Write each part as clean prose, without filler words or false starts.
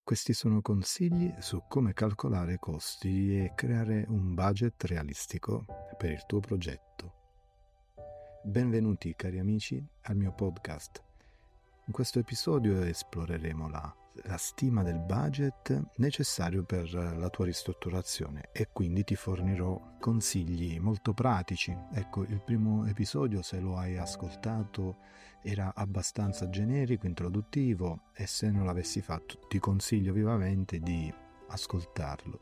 Questi sono consigli su come calcolare i costi e creare un budget realistico per il tuo progetto. Benvenuti cari amici al mio podcast. In questo episodio esploreremo la stima del budget necessario per la tua ristrutturazione e quindi ti fornirò consigli molto pratici. Ecco, il primo episodio, se lo hai ascoltato, era abbastanza generico, introduttivo, e se non l'avessi fatto ti consiglio vivamente di ascoltarlo.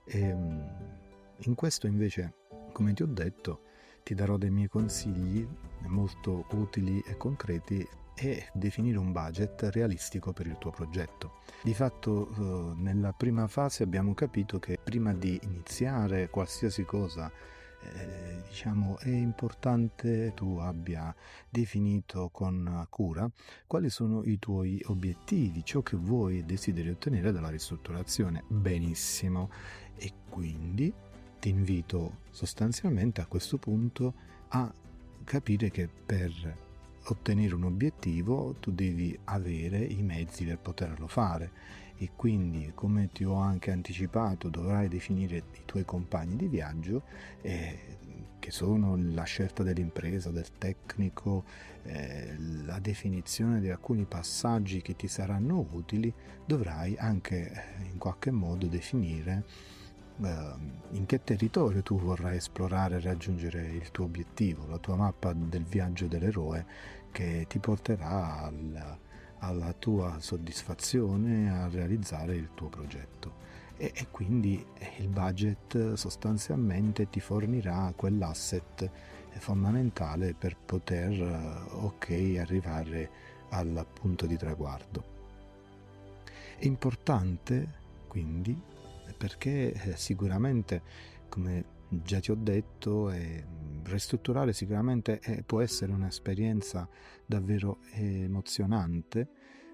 In questo invece, come ti ho detto, ti darò dei miei consigli molto utili e concreti e definire un budget realistico per il tuo progetto. Di fatto nella prima fase abbiamo capito che prima di iniziare qualsiasi cosa è importante tu abbia definito con cura quali sono i tuoi obiettivi, ciò che vuoi e desideri ottenere dalla ristrutturazione. Benissimo, e quindi ti invito sostanzialmente a questo punto a capire che per ottenere un obiettivo tu devi avere i mezzi per poterlo fare, e quindi, come ti ho anche anticipato, dovrai definire i tuoi compagni di viaggio, che sono la scelta dell'impresa, del tecnico, la definizione di alcuni passaggi che ti saranno utili. Dovrai anche in qualche modo definire in che territorio tu vorrai esplorare e raggiungere il tuo obiettivo, la tua mappa del viaggio dell'eroe che ti porterà alla tua soddisfazione a realizzare il tuo progetto. E quindi il budget sostanzialmente ti fornirà quell'asset fondamentale per poter arrivare al punto di traguardo. È importante quindi perché sicuramente, come già ti ho detto, ristrutturare sicuramente può essere un'esperienza davvero emozionante,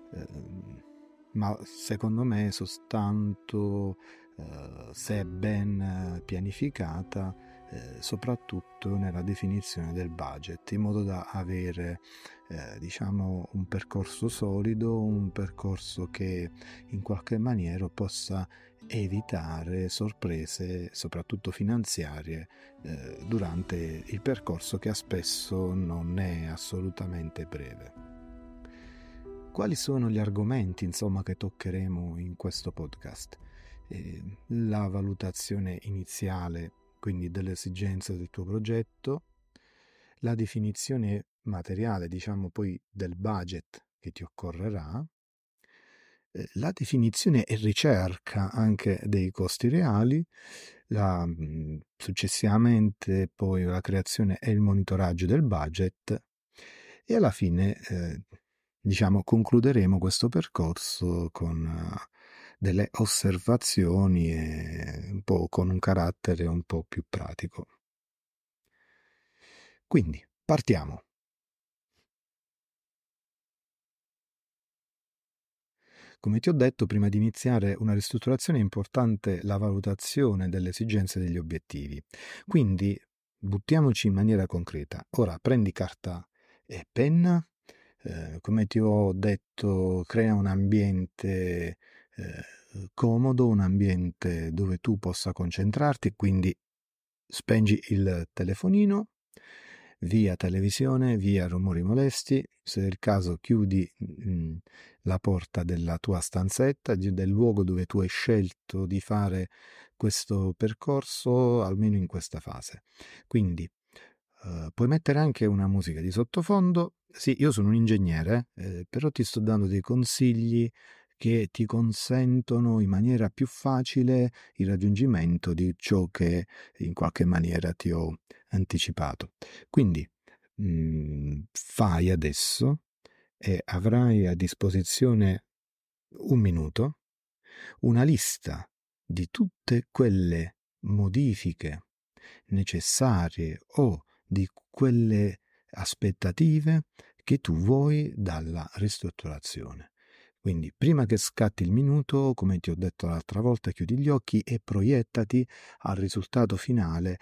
ma secondo me soltanto se è ben pianificata, soprattutto nella definizione del budget, in modo da avere un percorso solido, un percorso che in qualche maniera possa evitare sorprese, soprattutto finanziarie, durante il percorso, che spesso non è assolutamente breve. Quali sono gli argomenti, che toccheremo in questo podcast? La valutazione iniziale, quindi delle esigenze del tuo progetto, la definizione materiale, poi del budget che ti occorrerà, la definizione e ricerca anche dei costi reali, successivamente poi la creazione e il monitoraggio del budget, e alla fine concluderemo questo percorso con delle osservazioni e un po' con un carattere un po' più pratico. Quindi partiamo. Come ti ho detto, prima di iniziare una ristrutturazione è importante la valutazione delle esigenze e degli obiettivi. Quindi buttiamoci in maniera concreta. Ora prendi carta e penna, come ti ho detto, crea un ambiente comodo, un ambiente dove tu possa concentrarti, quindi spengi il telefonino, via televisione, via rumori molesti. Se è il caso, chiudi la porta della tua stanzetta, del luogo dove tu hai scelto di fare questo percorso, almeno in questa fase. Quindi puoi mettere anche una musica di sottofondo. Sì, io sono un ingegnere, però ti sto dando dei consigli che ti consentono in maniera più facile il raggiungimento di ciò che in qualche maniera ti ho anticipato. Quindi fai adesso, e avrai a disposizione 1 minuto, una lista di tutte quelle modifiche necessarie o di quelle aspettative che tu vuoi dalla ristrutturazione. Quindi prima che scatti il minuto, come ti ho detto l'altra volta, chiudi gli occhi e proiettati al risultato finale.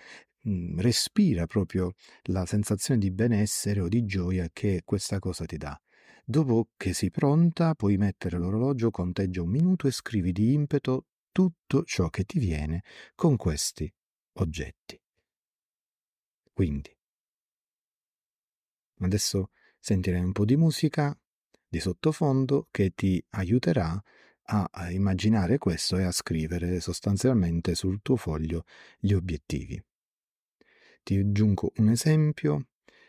Respira proprio la sensazione di benessere o di gioia che questa cosa ti dà. Dopo che sei pronta, puoi mettere l'orologio, conteggia 1 minuto e scrivi di impeto tutto ciò che ti viene con questi oggetti. Quindi, adesso sentirai un po' di musica di sottofondo che ti aiuterà a immaginare questo e a scrivere sostanzialmente sul tuo foglio gli obiettivi. Ti aggiungo un esempio,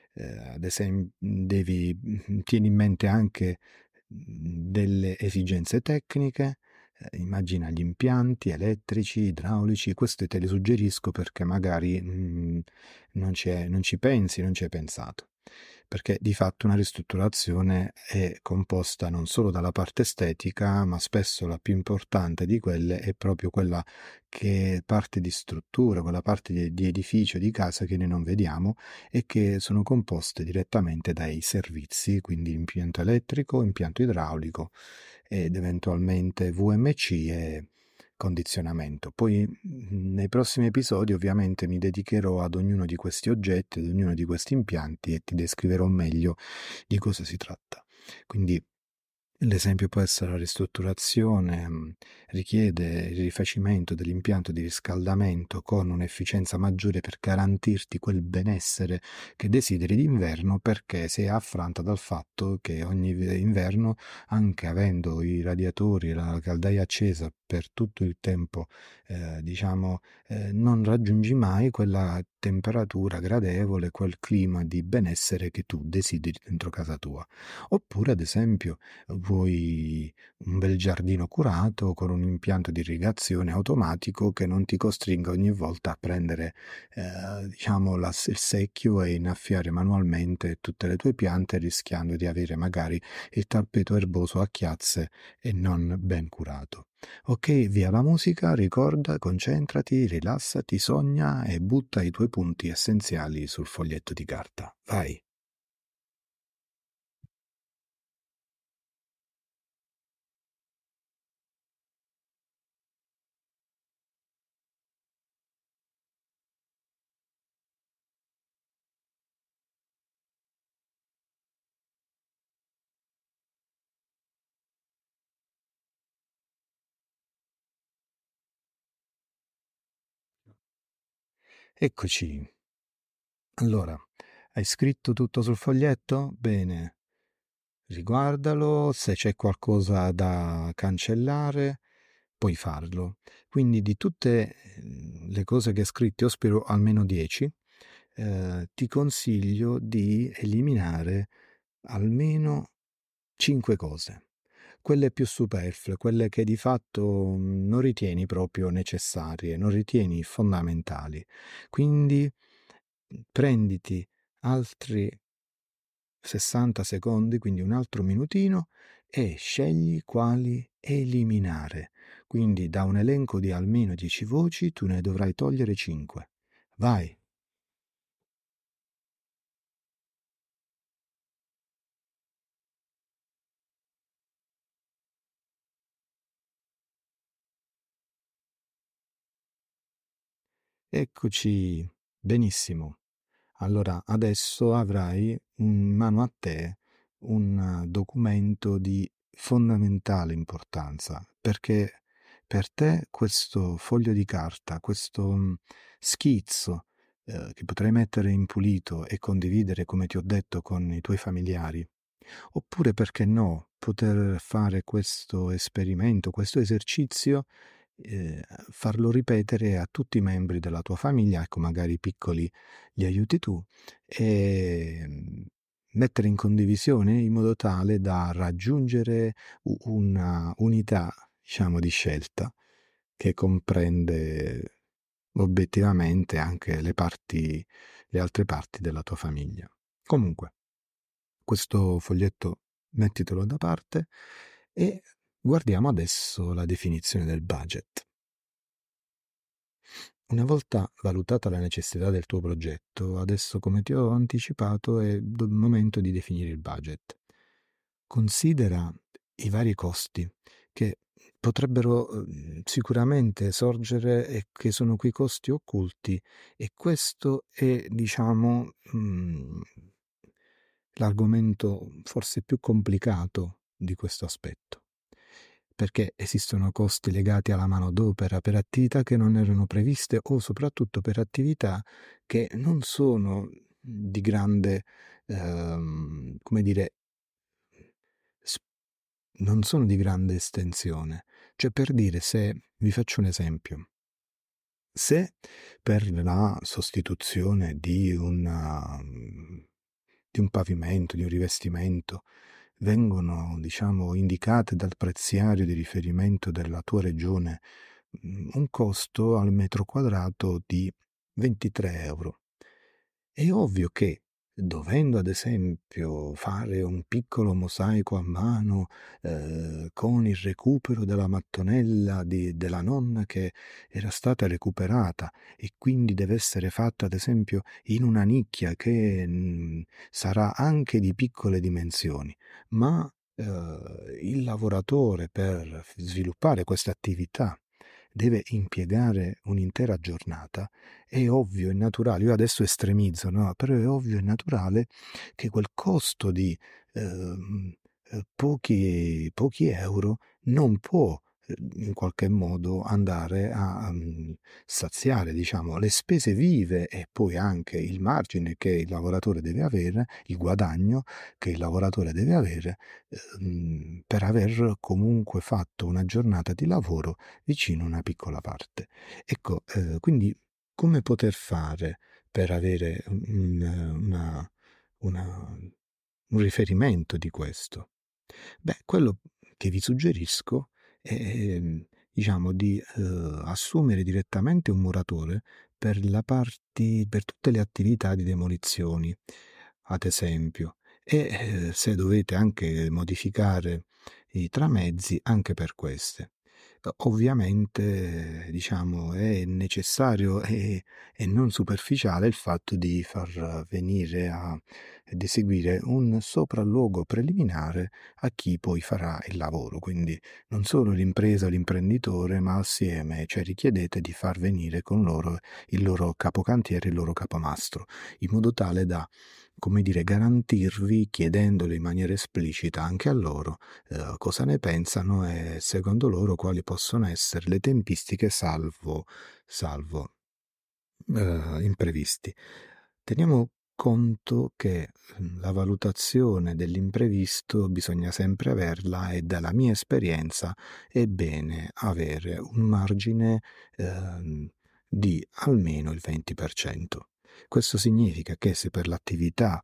tieni in mente anche delle esigenze tecniche, immagina gli impianti elettrici, idraulici, queste te le suggerisco perché magari non ci pensi, non ci hai pensato. Perché di fatto una ristrutturazione è composta non solo dalla parte estetica, ma spesso la più importante di quelle è proprio quella che è parte di struttura, quella parte di edificio, di casa che noi non vediamo e che sono composte direttamente dai servizi, quindi impianto elettrico, impianto idraulico ed eventualmente VMC e condizionamento. Poi nei prossimi episodi ovviamente mi dedicherò ad ognuno di questi oggetti, ad ognuno di questi impianti e ti descriverò meglio di cosa si tratta. Quindi l'esempio può essere la ristrutturazione, richiede il rifacimento dell'impianto di riscaldamento con un'efficienza maggiore per garantirti quel benessere che desideri d'inverno, perché sei affranta dal fatto che ogni inverno, anche avendo i radiatori e la caldaia accesa per tutto il tempo, non raggiungi mai quella temperatura gradevole, quel clima di benessere che tu desideri dentro casa tua. Oppure, ad esempio, vuoi un bel giardino curato con un impianto di irrigazione automatico che non ti costringa ogni volta a prendere il secchio e innaffiare manualmente tutte le tue piante, rischiando di avere magari il tappeto erboso a chiazze e non ben curato. Ok, via la musica, ricorda, concentrati, rilassati, sogna e butta i tuoi punti essenziali sul foglietto di carta. Vai! Eccoci. Allora, hai scritto tutto sul foglietto? Bene, riguardalo, se c'è qualcosa da cancellare, puoi farlo. Quindi di tutte le cose che hai scritto, io spero almeno 10, ti consiglio di eliminare almeno 5 cose. Quelle più superflue, quelle che di fatto non ritieni proprio necessarie, non ritieni fondamentali. Quindi prenditi altri 60 secondi, quindi un altro minutino, e scegli quali eliminare. Quindi da un elenco di almeno 10 voci tu ne dovrai togliere 5. Vai. Eccoci. Benissimo. Allora, adesso avrai in mano a te un documento di fondamentale importanza, perché per te questo foglio di carta, questo schizzo, che potrai mettere in pulito e condividere, come ti ho detto, con i tuoi familiari, oppure perché no, poter fare questo esperimento, questo esercizio, farlo ripetere a tutti i membri della tua famiglia, ecco, magari i piccoli li aiuti tu, mettere in condivisione in modo tale da raggiungere una unità, diciamo, di scelta che comprende obiettivamente anche le altre parti della tua famiglia. Comunque, questo foglietto mettitelo da parte e guardiamo adesso la definizione del budget. Una volta valutata la necessità del tuo progetto, adesso, come ti ho anticipato, è il momento di definire il budget. Considera i vari costi che potrebbero sicuramente sorgere e che sono quei costi occulti, e questo è, diciamo, l'argomento forse più complicato di questo aspetto, perché esistono costi legati alla manodopera per attività che non erano previste o soprattutto per attività che non sono di grande, come dire, s non sono di grande estensione. Cioè, per dire, se vi faccio un esempio: se per la sostituzione di un pavimento, di un rivestimento, vengono, diciamo, indicate dal preziario di riferimento della tua regione un costo al metro quadrato di 23 euro. È ovvio che, dovendo ad esempio fare un piccolo mosaico a mano, con il recupero della mattonella della nonna che era stata recuperata e quindi deve essere fatta ad esempio in una nicchia che sarà anche di piccole dimensioni, ma il lavoratore per sviluppare questa attività deve impiegare un'intera giornata, è ovvio e naturale, io adesso estremizzo, no? Però è ovvio e naturale che quel costo di pochi euro non può in qualche modo andare a saziare, diciamo, le spese vive e poi anche il margine che il lavoratore deve avere, il guadagno che il lavoratore deve avere per aver comunque fatto una giornata di lavoro vicino a una piccola parte. Ecco, quindi come poter fare per avere una un riferimento di questo? Beh, quello che vi suggerisco è, diciamo, di assumere direttamente un muratore per tutte le attività di demolizioni, ad esempio, e se dovete anche modificare i tramezzi, anche per queste. Ovviamente, diciamo, è necessario e non superficiale il fatto di far venire ed eseguire un sopralluogo preliminare a chi poi farà il lavoro, quindi non solo l'impresa o l'imprenditore, ma assieme, cioè richiedete di far venire con loro il loro capocantiere, il loro capomastro, in modo tale da, come dire, garantirvi, chiedendolo in maniera esplicita anche a loro, cosa ne pensano e secondo loro quali possono essere le tempistiche salvo imprevisti. Teniamo conto che la valutazione dell'imprevisto bisogna sempre averla e dalla mia esperienza è bene avere un margine di almeno il 20%. Questo significa che se per l'attività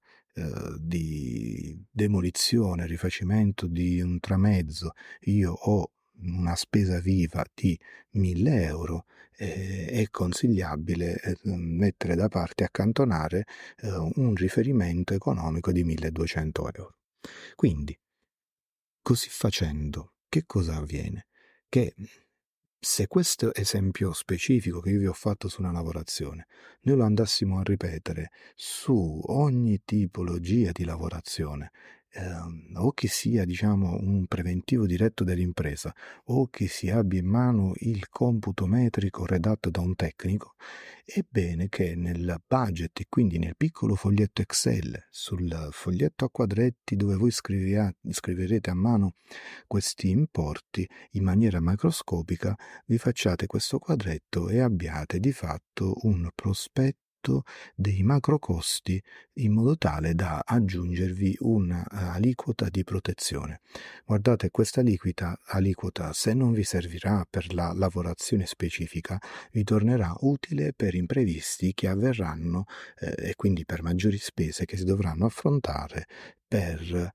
di demolizione, rifacimento di un tramezzo io ho una spesa viva di 1.000 euro, è consigliabile mettere da parte, accantonare un riferimento economico di 1.200 euro. Quindi, così facendo, che cosa avviene? Che se questo esempio specifico che io vi ho fatto su una lavorazione, noi lo andassimo a ripetere su ogni tipologia di lavorazione, o che sia, diciamo, un preventivo diretto dell'impresa, o che si abbia in mano il computo metrico redatto da un tecnico, è bene che nel budget e quindi nel piccolo foglietto Excel, sul foglietto a quadretti dove voi scriverete a mano questi importi in maniera macroscopica, vi facciate questo quadretto e abbiate di fatto un prospetto dei macro costi in modo tale da aggiungervi un'aliquota di protezione. Guardate, questa aliquota, se non vi servirà per la lavorazione specifica, vi tornerà utile per imprevisti che avverranno e quindi per maggiori spese che si dovranno affrontare per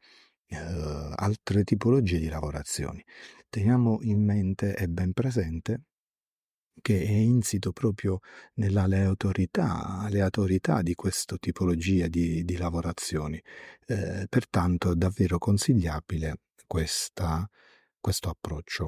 altre tipologie di lavorazioni. Teniamo in mente e ben presente che è insito proprio nell'aleatorietà di questa tipologia di lavorazioni. Pertanto è davvero consigliabile questo approccio.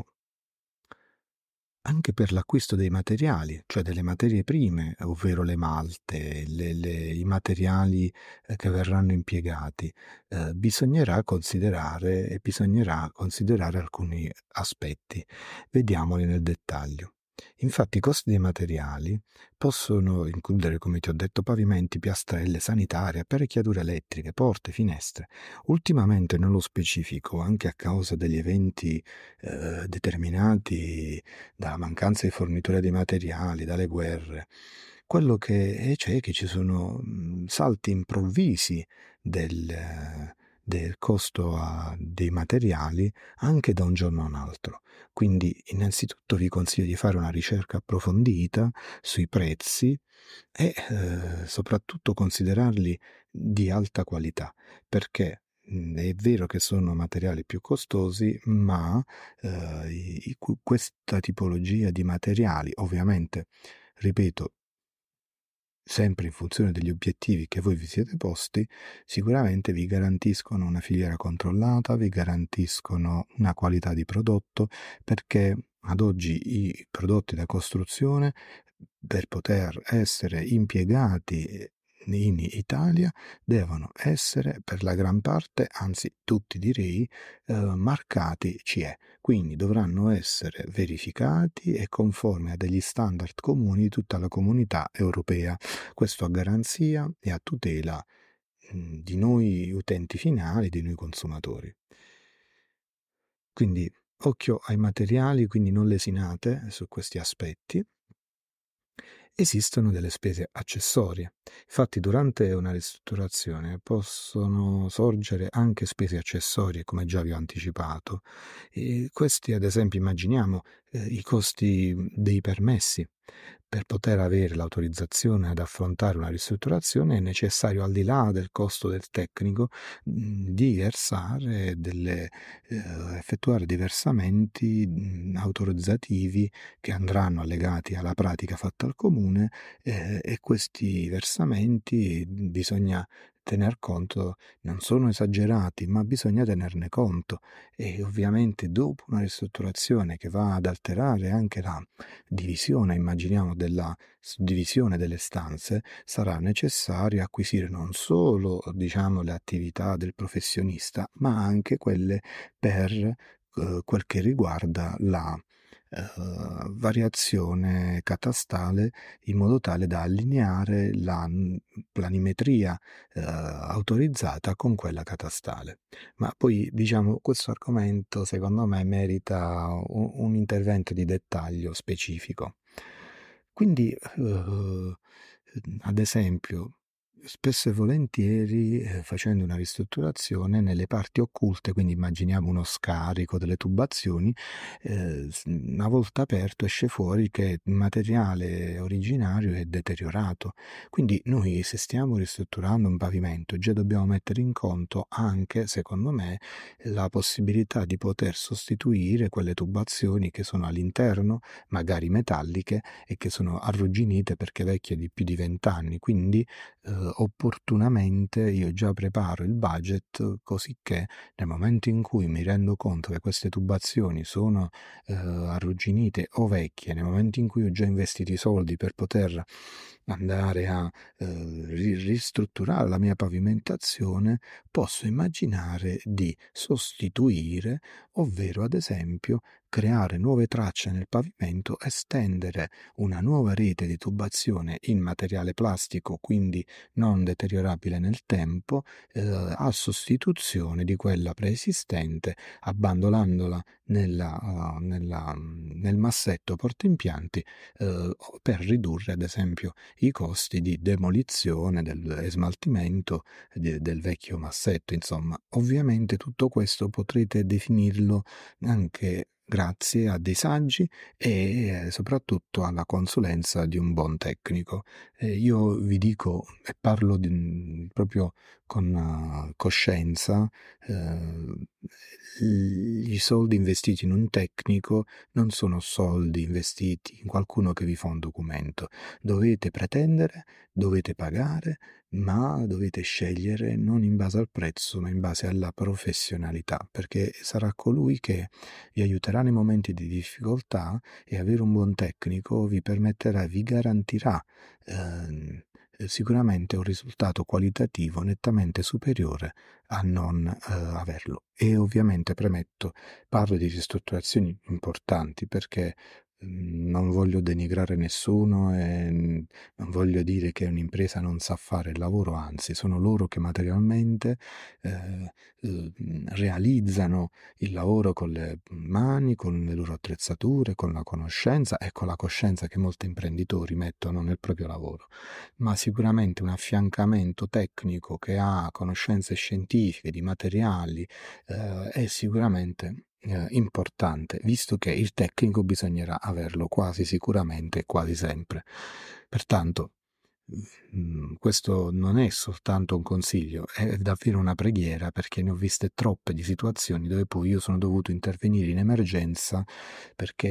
Anche per l'acquisto dei materiali, cioè delle materie prime, ovvero le malte, i materiali che verranno impiegati, bisognerà considerare alcuni aspetti. Vediamoli nel dettaglio. Infatti i costi dei materiali possono includere, come ti ho detto, pavimenti, piastrelle, sanitarie, apparecchiature elettriche, porte, finestre. Ultimamente, nello specifico, anche a causa degli eventi determinati dalla mancanza di fornitura di materiali, dalle guerre, quello che c'è è che ci sono salti improvvisi del costo dei materiali anche da un giorno a un altro. Quindi innanzitutto vi consiglio di fare una ricerca approfondita sui prezzi e soprattutto considerarli di alta qualità, perché è vero che sono materiali più costosi, ma questa tipologia di materiali, ovviamente, ripeto, sempre in funzione degli obiettivi che voi vi siete posti, sicuramente vi garantiscono una filiera controllata, vi garantiscono una qualità di prodotto, perché ad oggi i prodotti da costruzione, per poter essere impiegati in Italia, devono essere per la gran parte, anzi tutti direi, marcati CE. Quindi dovranno essere verificati e conformi a degli standard comuni di tutta la comunità europea. Questo a garanzia e a tutela di noi utenti finali, di noi consumatori. Quindi occhio ai materiali, quindi non lesinate su questi aspetti. Esistono delle spese accessorie. Infatti durante una ristrutturazione possono sorgere anche spese accessorie, come già vi ho anticipato. E questi, ad esempio, immaginiamo i costi dei permessi. Per poter avere l'autorizzazione ad affrontare una ristrutturazione è necessario, al di là del costo del tecnico, di effettuare dei versamenti autorizzativi che andranno allegati alla pratica fatta al comune, e questi versamenti bisogna tener conto, non sono esagerati, ma bisogna tenerne conto, e ovviamente dopo una ristrutturazione che va ad alterare anche la divisione, immaginiamo, della suddivisione delle stanze, sarà necessario acquisire non solo, diciamo, le attività del professionista, ma anche quelle per quel che riguarda la variazione catastale, in modo tale da allineare la planimetria autorizzata con quella catastale. Ma poi, diciamo, questo argomento secondo me merita un intervento di dettaglio specifico. Quindi, ad esempio, spesso e volentieri, facendo una ristrutturazione nelle parti occulte, quindi immaginiamo uno scarico delle tubazioni, una volta aperto esce fuori che il materiale originario è deteriorato. Quindi noi, se stiamo ristrutturando un pavimento, già dobbiamo mettere in conto anche, secondo me, la possibilità di poter sostituire quelle tubazioni che sono all'interno, magari metalliche, e che sono arrugginite perché vecchie di più di 20 anni. Quindi opportunamente io già preparo il budget, così che nel momento in cui mi rendo conto che queste tubazioni sono arrugginite o vecchie, nel momento in cui ho già investito i soldi per poter andare a ristrutturare la mia pavimentazione, posso immaginare di sostituire, ovvero ad esempio creare nuove tracce nel pavimento, estendere una nuova rete di tubazione in materiale plastico, quindi non deteriorabile nel tempo, a sostituzione di quella preesistente, abbandonandola nel massetto portaimpianti, per ridurre ad esempio i costi di demolizione e smaltimento del vecchio massetto. Insomma, ovviamente tutto questo potrete definirlo anche grazie a dei saggi e soprattutto alla consulenza di un buon tecnico. Io vi dico, e parlo proprio con coscienza, i soldi investiti in un tecnico non sono soldi investiti in qualcuno che vi fa un documento. Dovete pretendere, dovete pagare, ma dovete scegliere non in base al prezzo, ma in base alla professionalità, perché sarà colui che vi aiuterà nei momenti di difficoltà, e avere un buon tecnico vi permetterà, vi garantirà sicuramente un risultato qualitativo nettamente superiore a non averlo. E ovviamente premetto, parlo di ristrutturazioni importanti perché Non voglio denigrare nessuno e non voglio dire che un'impresa non sa fare il lavoro, anzi, sono loro che materialmente eh, realizzano il lavoro con le mani, con le loro attrezzature, con la conoscenza e con la coscienza che molti imprenditori mettono nel proprio lavoro. Ma sicuramente un affiancamento tecnico che ha conoscenze scientifiche di materiali è sicuramente importante, visto che il tecnico bisognerà averlo quasi sicuramente, quasi sempre. Pertanto, questo non è soltanto un consiglio, è davvero una preghiera, perché ne ho viste troppe di situazioni dove poi io sono dovuto intervenire in emergenza perché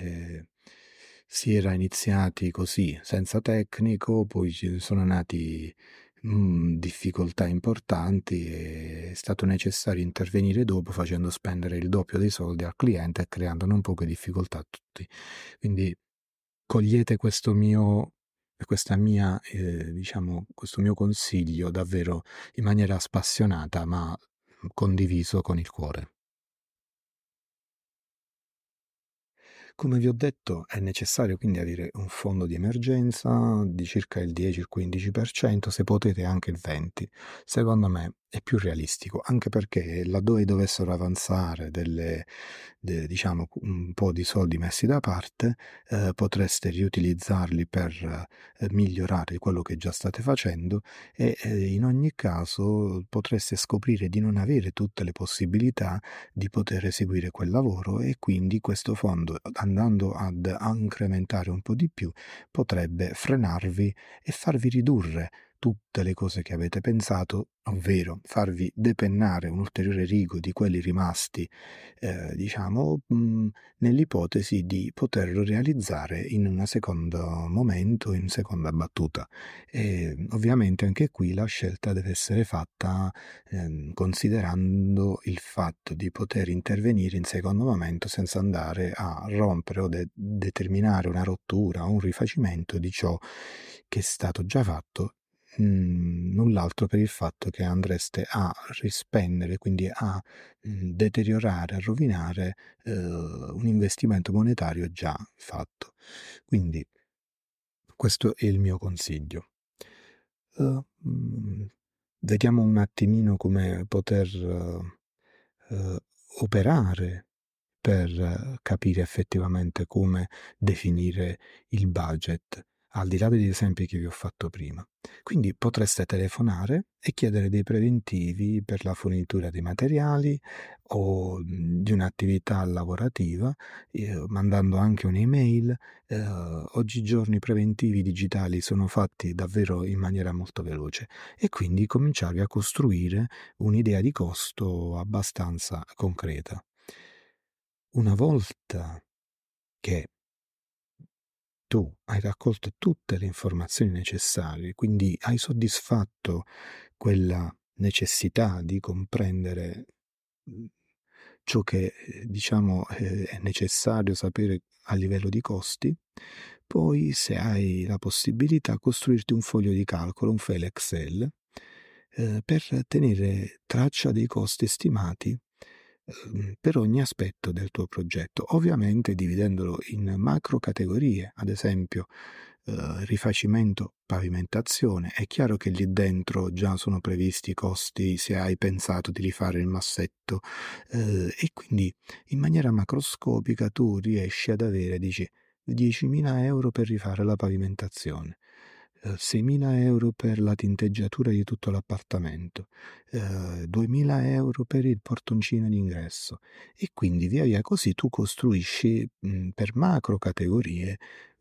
si era iniziati così, senza tecnico, poi ci sono nati difficoltà importanti e è stato necessario intervenire dopo facendo spendere il doppio dei soldi al cliente e creando non poche difficoltà a tutti. Quindi cogliete questa mia, diciamo, questo mio consiglio davvero in maniera spassionata, ma condiviso con il cuore. Come vi ho detto, è necessario quindi avere un fondo di emergenza di circa il 10-15%, se potete anche il 20%. Secondo me è più realistico, anche perché laddove dovessero avanzare diciamo, un po' di soldi messi da parte, potreste riutilizzarli per migliorare quello che già state facendo e in ogni caso potreste scoprire di non avere tutte le possibilità di poter eseguire quel lavoro e quindi questo fondo, andando ad incrementare un po' di più, potrebbe frenarvi e farvi ridurre tutte le cose che avete pensato, ovvero farvi depennare un ulteriore rigo di quelli rimasti, diciamo, nell'ipotesi di poterlo realizzare in un secondo momento, in seconda battuta. E ovviamente anche qui la scelta deve essere fatta considerando il fatto di poter intervenire in secondo momento senza andare a rompere o determinare una rottura o un rifacimento di ciò che è stato già fatto, null'altro per il fatto che andreste a rispendere, quindi a deteriorare, a rovinare un investimento monetario già fatto. Quindi questo è il mio consiglio. Mhmm, Vediamo un attimino come poter, uhm, operare per capire effettivamente come definire il budget, al di là degli esempi che vi ho fatto prima. Quindi potreste telefonare e chiedere dei preventivi per la fornitura di materiali o di un'attività lavorativa, mandando anche un'email. Oggigiorno i preventivi digitali sono fatti davvero in maniera molto veloce e quindi cominciare a costruire un'idea di costo abbastanza concreta. Una volta che tu hai raccolto tutte le informazioni necessarie, quindi hai soddisfatto quella necessità di comprendere mhmm, ciò che, diciamo, è necessario sapere a livello di costi, poi se hai la possibilità costruirti un foglio di calcolo, un file Excel, per tenere traccia dei costi stimati per ogni aspetto del tuo progetto, ovviamente dividendolo in macro categorie, ad esempio rifacimento, pavimentazione. È chiaro che lì dentro già sono previsti i costi se hai pensato di rifare il massetto e quindi in maniera macroscopica tu riesci ad avere, dici, 10.000 euro per rifare la pavimentazione. 6.000 euro per la tinteggiatura di tutto l'appartamento, 2.000 euro per il portoncino d'ingresso e quindi via via così tu costruisci per macro categorie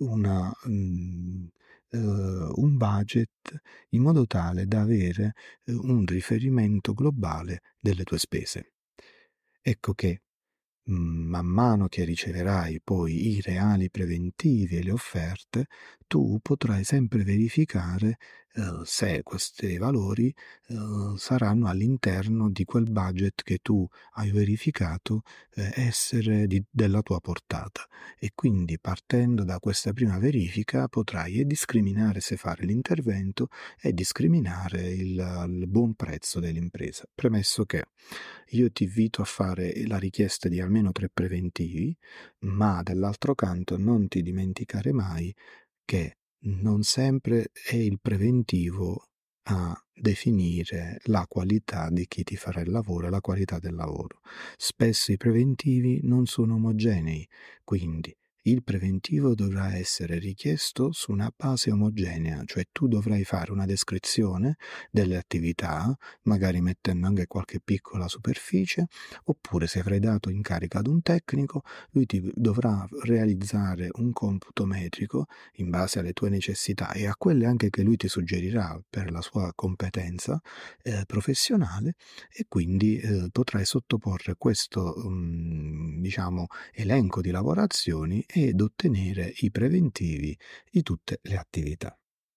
un budget in modo tale da avere un riferimento globale delle tue spese. Ecco che man mano che riceverai poi i reali preventivi e le offerte, tu potrai sempre verificare se questi valori saranno all'interno di quel budget che tu hai verificato essere della tua portata, e quindi partendo da questa prima verifica potrai discriminare se fare l'intervento e discriminare il buon prezzo dell'impresa. Premesso che io ti invito a fare la richiesta di almeno 3 preventivi, ma dall'altro canto non ti dimenticare mai che non sempre è il preventivo a definire la qualità di chi ti farà il lavoro e la qualità del lavoro. Spesso i preventivi non sono omogenei, quindi il preventivo dovrà essere richiesto su una base omogenea, cioè tu dovrai fare una descrizione delle attività, magari mettendo anche qualche piccola superficie, oppure se avrai dato incarico ad un tecnico, lui ti dovrà realizzare un computo metrico in base alle tue necessità e a quelle anche che lui ti suggerirà per la sua competenza professionale, e quindi potrai sottoporre questo diciamo elenco di lavorazioni ed ottenere i preventivi di tutte le attività.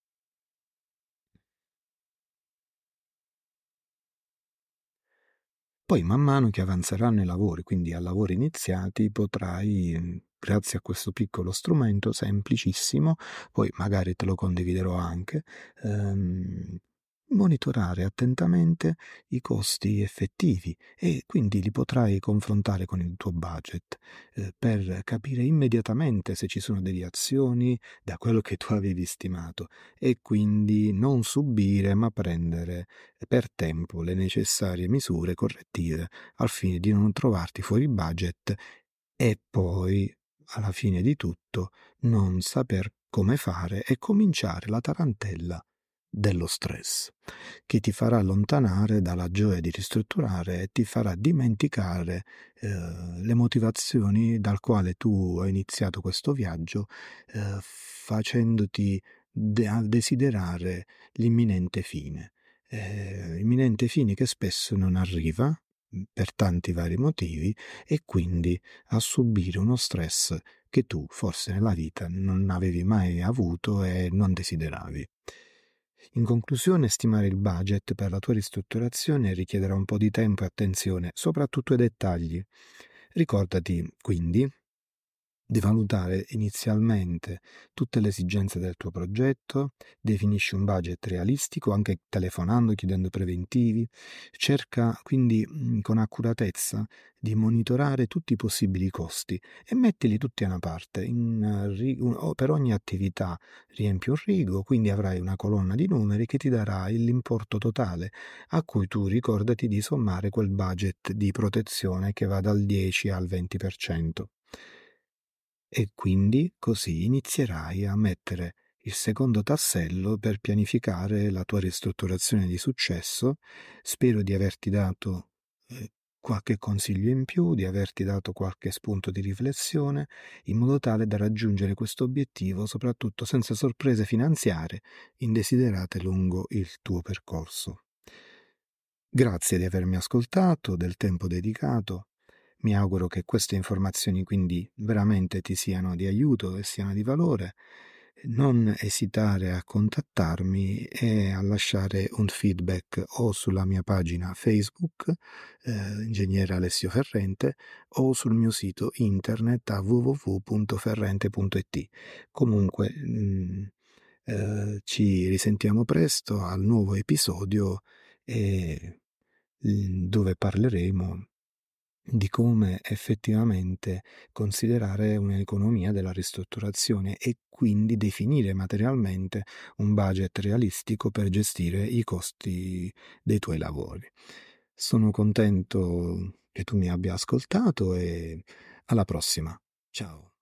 Poi man mano che avanzeranno i lavori, quindi a lavori iniziati, potrai, grazie a questo piccolo strumento semplicissimo, poi magari te lo condividerò anche, ehm, monitorare attentamente i costi effettivi e quindi li potrai confrontare con il tuo budget, per capire immediatamente se ci sono deviazioni da quello che tu avevi stimato, e quindi non subire ma prendere per tempo le necessarie misure correttive al fine di non trovarti fuori budget e poi, alla fine di tutto, non saper come fare e cominciare la tarantella dello stress, che ti farà allontanare dalla gioia di ristrutturare e ti farà dimenticare le motivazioni dal quale tu hai iniziato questo viaggio, facendoti desiderare l'imminente fine. Imminente fine che spesso non arriva per tanti vari motivi, e quindi a subire uno stress che tu forse nella vita non avevi mai avuto e non desideravi. In conclusione, stimare il budget per la tua ristrutturazione richiederà un po' di tempo e attenzione, soprattutto ai dettagli. Ricordati quindi di valutare inizialmente tutte le esigenze del tuo progetto, definisci un budget realistico anche telefonando, chiedendo preventivi, cerca quindi con accuratezza di monitorare tutti i possibili costi e mettili tutti a una parte. Per ogni attività riempi un rigo, quindi avrai una colonna di numeri che ti darà l'importo totale, a cui tu ricordati di sommare quel budget di protezione che va dal 10 al 20%. E quindi così inizierai a mettere il secondo tassello per pianificare la tua ristrutturazione di successo. Spero di averti dato qualche consiglio in più, di averti dato qualche spunto di riflessione, in modo tale da raggiungere questo obiettivo, soprattutto senza sorprese finanziarie indesiderate lungo il tuo percorso. Grazie di avermi ascoltato, del tempo dedicato. Mi auguro che queste informazioni quindi veramente ti siano di aiuto e siano di valore. Non esitare a contattarmi e a lasciare un feedback o sulla mia pagina Facebook, Ingegnere Alessio Ferrente, o sul mio sito internet a www.ferrente.it. Comunque, ci risentiamo presto al nuovo episodio, dove parleremo di come effettivamente considerare un'economia della ristrutturazione e quindi definire materialmente un budget realistico per gestire i costi dei tuoi lavori. Sono contento che tu mi abbia ascoltato e alla prossima. Ciao.